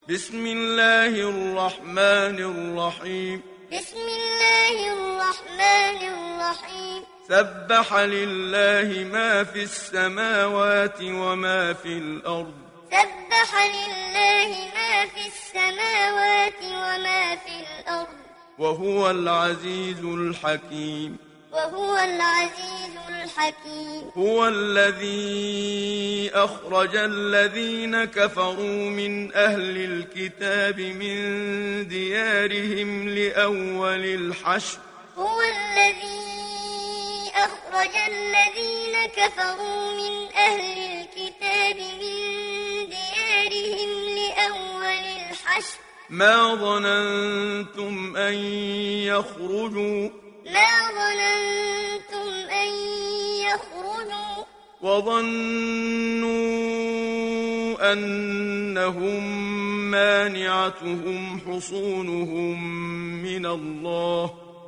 بسم الله الرحمن الرحيم. بسم الله الرحمن الرحيم. سبح لله ما في السماوات وما في الأرض. سبح لله ما في السماوات وما في الأرض. وهو العزيز الحكيم. وهو العزيز الحكيم. هو الذي أخرج الذين كفروا من أهل الكتاب من ديارهم لأول الحشر. هو الذي أخرج الذين كفروا من أهل الكتاب من ديارهم لأول الحشر. ما ظننتم أن يخرجوا. ما ظننتم أن يخرجوا. وظنوا أنهم مانعتهم حصونهم من الله.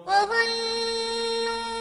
وظنوا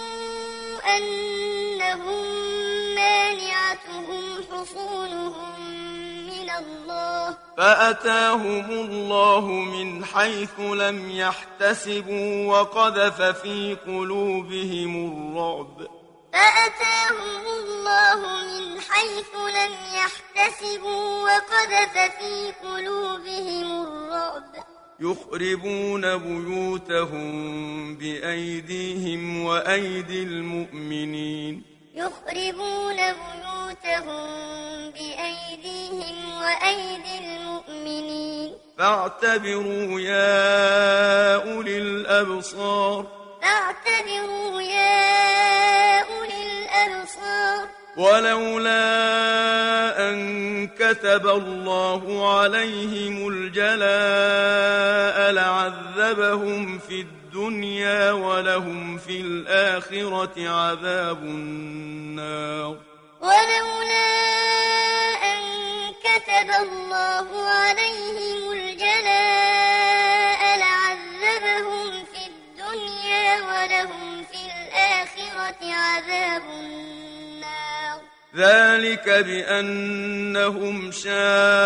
أنهم مانعتهم حصونهم من الله. فأتاهم الله من حيث لم يحتسبوا وقذف في قلوبهم الرعب. فأتاهم الله من حيث لم يحتسبوا وقذف في قلوبهم الرعب. يخربون بيوتهم بأيديهم وأيدي المؤمنين. يخربون بيوتهم بأيديهم وأيدي المؤمنين. فاعتبروا يا أولي الأبصار. فاعتبروا يا أولي الأبصار. ولولا أن كتب الله عليهم الجلاء لعذبهم في الدنيا ولهم في الآخرة عذاب النار. ولولا أن كتب الله عليهم الجلاء لعذبهم في الدنيا ولهم في الآخرة عذاب النار. ذلك بأنهم شاقوا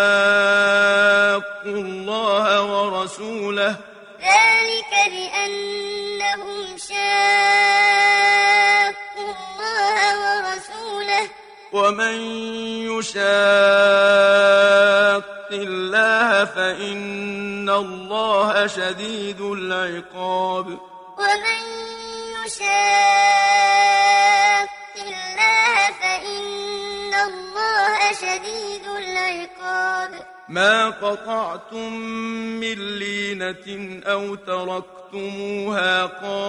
الله ورسوله. ذلك بأنهم شاقوا الله ورسوله. ومن يشاق الله فإن الله شديد العقاب. ومن يشاق الله فإن الله شديد العقاب. ما قطعتم من لينة أو تركتموها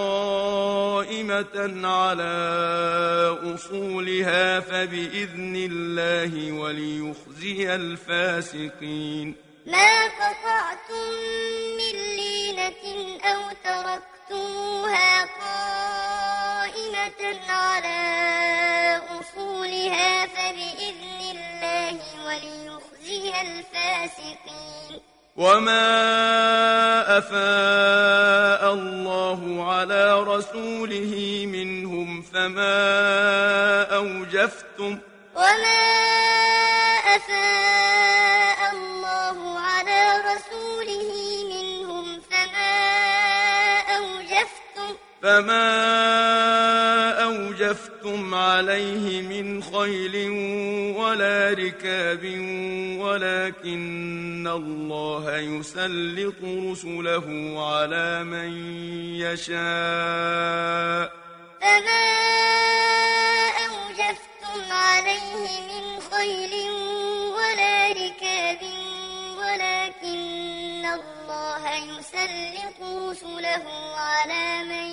قائمة على أصولها فبإذن الله وليخزي الفاسقين. ما قطعتم من لينة أو تركتموها قائمة على أصولها فبإذن الله وليخزي الفاسقين. وما أفاء الله على رسوله منهم فما أوجفتم. وما أفاء الله على رسوله منهم فما أوجفتم عليه من خيل ولا ركاب ولكن الله يسلط رسله على من يشاء. فما أوجفتم عليه من خيل ولا ركاب ولكن الله يسلط رسله على من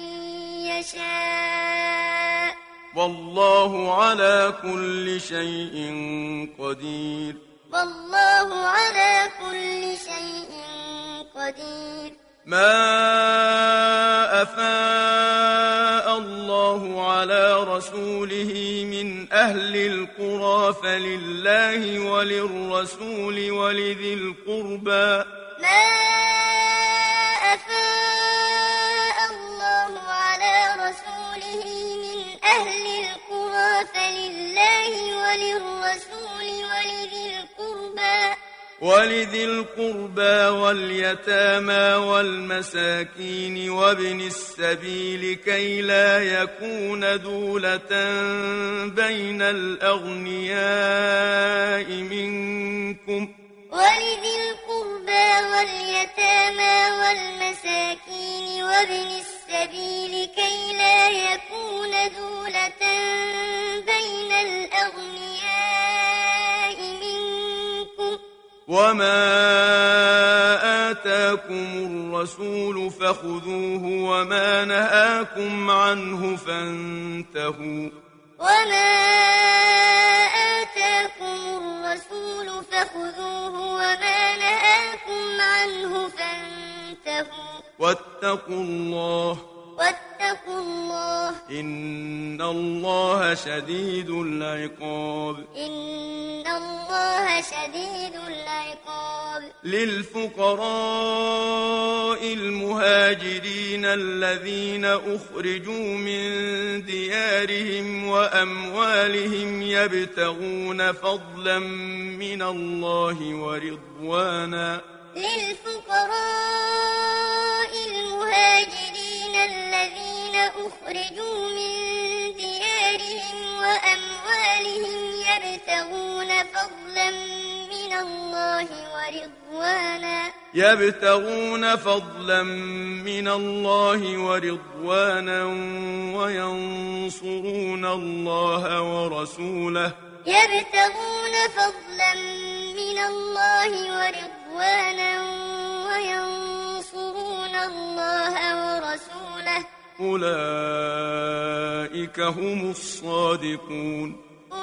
يشاء. والله على كل شيء قدير. والله على كل شيء قدير. ما أفاء الله على رسوله من أهل القرى فلله وللرسول ولذي القربى. ما أفاء الله على رسوله من أهل القرى فلله وللرسول ولذي القربى ولذي القربى واليتامى والمساكين وابن السبيل كي لا يكون دولة بين الأغنياء منكم ولذي القربى واليتامى والمساكين وابن السبيل كي لا يكون دولة بين الأغنياء منكم وما آتاكم الرسول فخذوه وما نهاكم عنه فانتهوا وما آتاكم الرسول فخذوه وما نهاكم عنه فانتهوا واتقوا الله إن الله شديد العقاب إن الله شديد العقاب للفقراء المهاجرين الذين أخرجوا من ديارهم وأموالهم يبتغون فضلا من الله ورضوانا للفقراء المهاجرين الذين أخرجوا من ديارهم وأموالهم يبتغون فضلا من الله ورضوانا وينصرون الله ورسوله يبتغون فضلا من الله ورضوانا وينصرون الله ورسوله أولئك هم الصادقون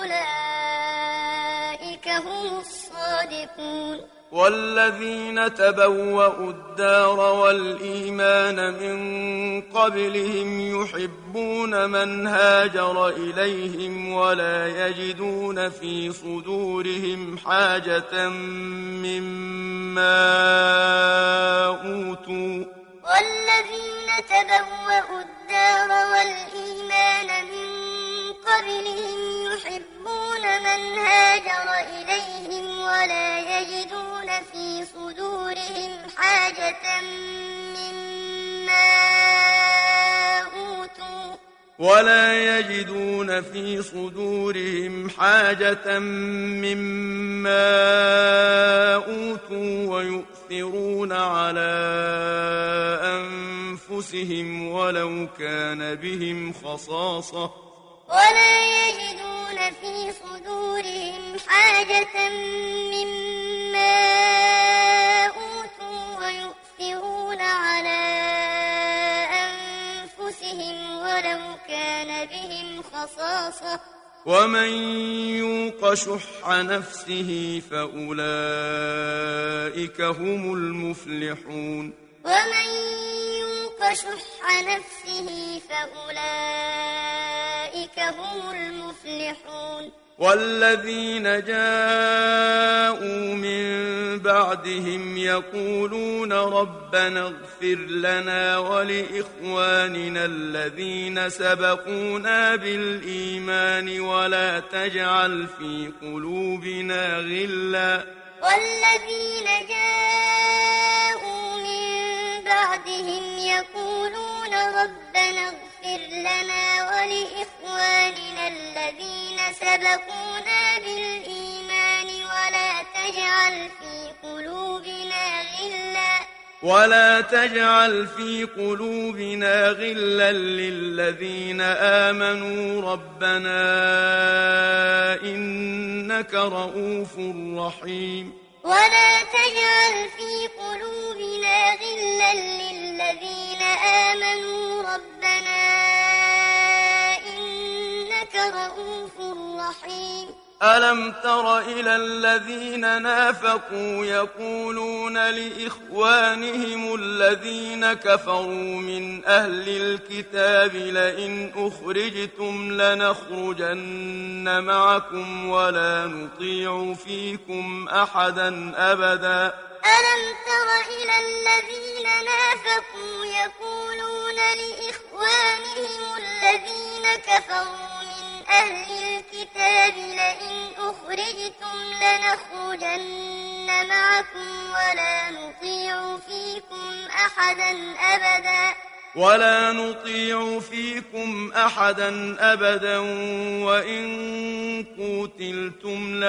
أولئك هم الصادقون والذين تبوأوا الدار والإيمان من قبلهم يحبون من هاجر إليهم ولا يجدون في صدورهم حاجة مما أوتوا والذين تبوأوا الدار والإيمان من قبلهم يحبون من هاجر إليهم ولا يجدون في صدورهم حاجة مما أوتوا ويؤثرون على أنفسهم ولو كان بهم خصاصة ولا يجدون في صدورهم حاجة مما أوتوا ويؤثرون على أنفسهم ولو كان بهم خصاصة ومن يوق شح نفسه فأولئك هم المفلحون ومن يوق شح نفسه فأولئك هم المفلحون والذين جاءوا من بعدهم يقولون ربنا اغفر لنا ولإخواننا الذين سبقونا بالإيمان ولا تجعل في قلوبنا غلا والذين جاءوا من بعدهم يقولون ربنا اغفر لنا ولإخواننا الذين سبقونا بالإيمان ولا تجعل في قلوبنا غلا للذين آمنوا ربنا إنك رؤوف رحيم ولا تجعل في قلوبنا غلا للذين آمنوا ربنا إنك رؤوف رحيم ألم تر إلى الذين نافقوا يقولون لإخوانهم الذين كفروا من أهل الكتاب لئن أخرجتم لنخرجن معكم ولا نطيع فيكم أحدا أبدا ألم تر إلى الذين نافقوا يقولون لإخوانهم الذين كفروا أهل الكتاب لئن أخرجتم لنخرجن معكم ولا نطيع فيكم أحدا أبدا وإن قوتلتم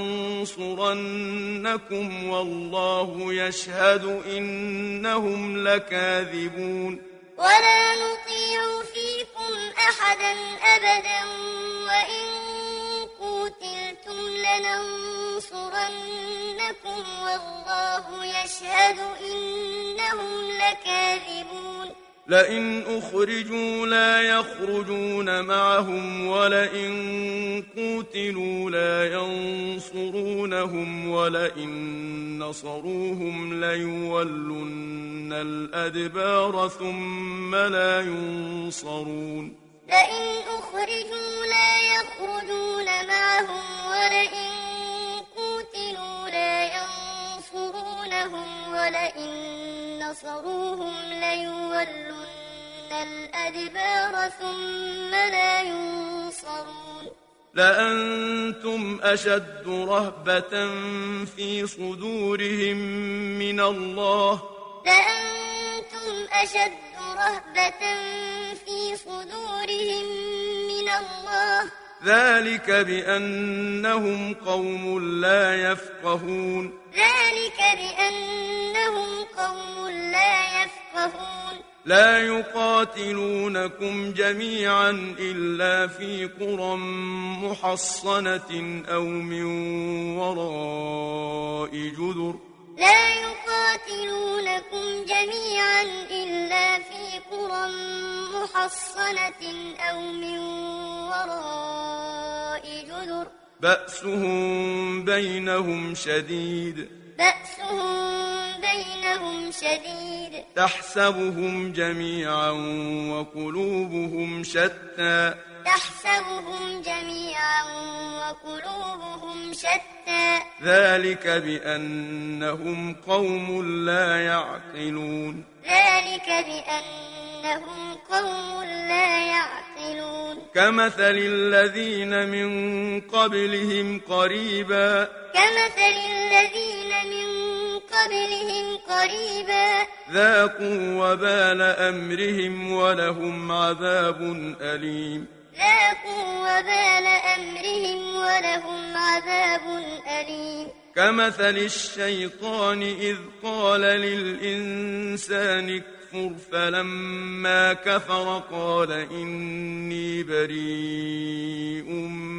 لننصرنكم والله يشهد إنهم لكاذبون ولا نطيع فيكم أحدا أبدا وإن قوتلتم لننصرنكم والله يشهد إنهم لكاذبون لئن أخرجوا لا يخرجون معهم ولئن قوتلوا لا ينصرونهم ولئن نصروهم ليولن الأدبار ثم لا ينصرون لئن أخرجوا لا يخرجون معهم ولئن قوتلوا لا ينصرونهم ولئن نصروهم ليولن الأدبار ثم لا ينصرون لأنتم أشد رهبة في صدورهم من الله لأنتم أشد رهبة في صدورهم من الله ذلك بأنهم قوم لا يفقهون ذلك بأنهم قوم لا يفقهون لا يقاتلونكم جميعا إلا في قرى محصنة أو من وراء جدر لا يقاتلونكم جميعا إلا في قرى محصنة أو من وراء جدر بأسهم بينهم شديد تحسبهم جميعا وقلوبهم شتى ذلك بأنهم قوم لا يعقلون كمثل الذين من قبلهم قريبا ذاقوا وبال أمرهم ولهم عذاب أليم كمثل الشيطان إذ قال للإنسان اكفر فلما كفر قال إني بريء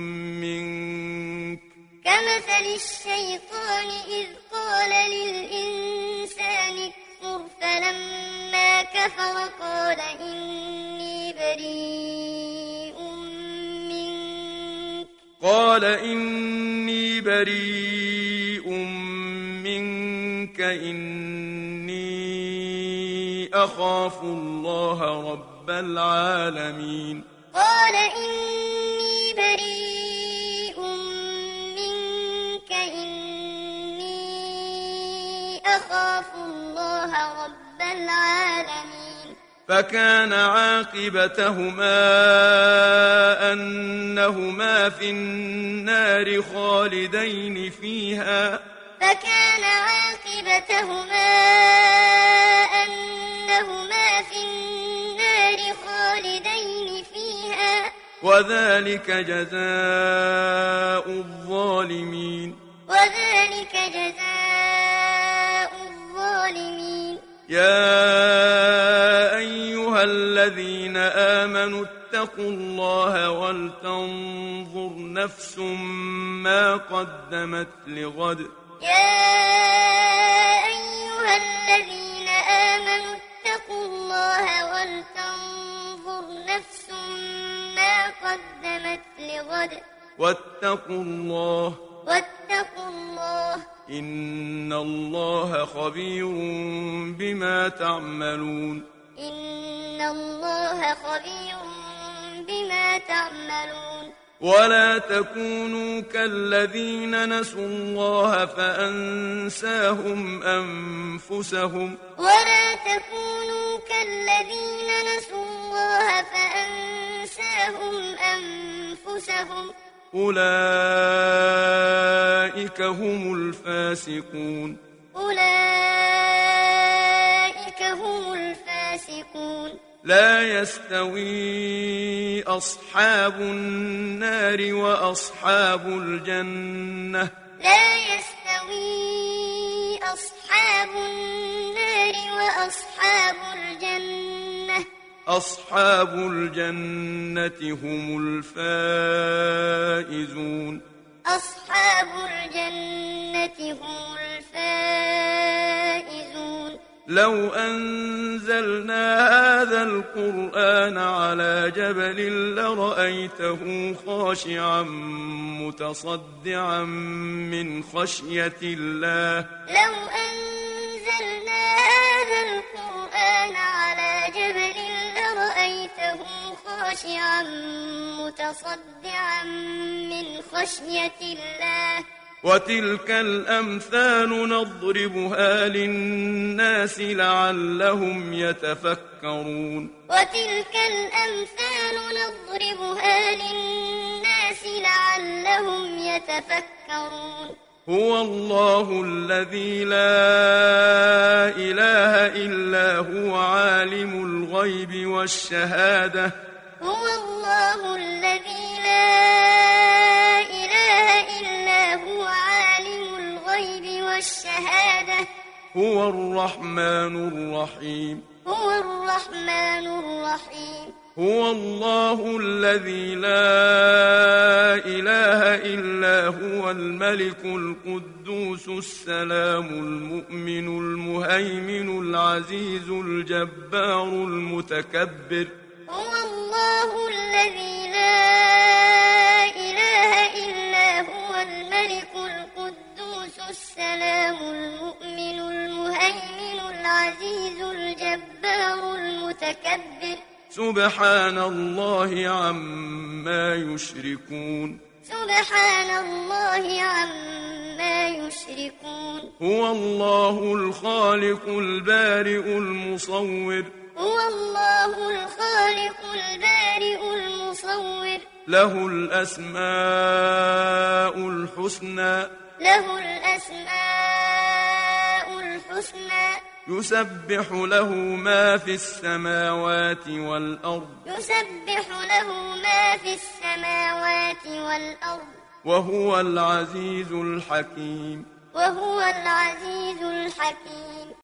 منك كمثل الشيطان إذ قال للإنسان اكفر فلما كفر قال إني بريء منك إني أخاف الله رب العالمين قال إني بريء منك إني أخاف الله رب العالمين فكان عاقبتهما أنهما في النار خالدين فيها وذلك جزاء الظالمين يا أيها الذين آمنوا اتقوا الله ولتنظر نفس ما قدمت لغد واتقوا الله إن الله خبير بما تعملون ولا تكونوا كالذين نسوا الله فأنساهم أنفسهم أولئك هم الفاسقون أولئك هم الفاسقون لا يستوي أصحاب النار وأصحاب الجنة لا يستوي أصحاب النار وأصحاب الجنة أصحاب الجنة هم الفائزون أصحاب الجنة هم الفائزون لو أنزلنا هذا القرآن على جبل لرأيته خاشعا متصدعا من خشية الله لو أنزلنا هذا القرآن على جبل لرأيته خاشعا متصدعا من خشية الله وتلك الأمثال نضربها للناس لعلهم يتفكرون وتلك الأمثال نضربها للناس لعلهم يتفكرون هو الله الذي لا إله إلا هو عالم الغيب والشهادة هو الله الذي لا إله إلا هو عالم الغيب والشهادة هو الرحمن الرحيم هو الرحمن الرحيم هو الله الذي لا إله إلا هو الملك القدوس السلام المؤمن المهيمن العزيز الجبار المتكبر هو الله الذي لا إله إلا هو الملك القدوس السلام المؤمن المهيمن العزيز الجبار المتكبر سبحان الله عما يشركون سبحان الله عما يشركون هو الله الخالق البارئ المصور هو الله الخالق البارئ المصور له الأسماء الحسنى له الأسماء الحسنى يسبح له ما في السماوات والأرض يسبح له ما في السماوات والأرض وهو العزيز الحكيم وهو العزيز الحكيم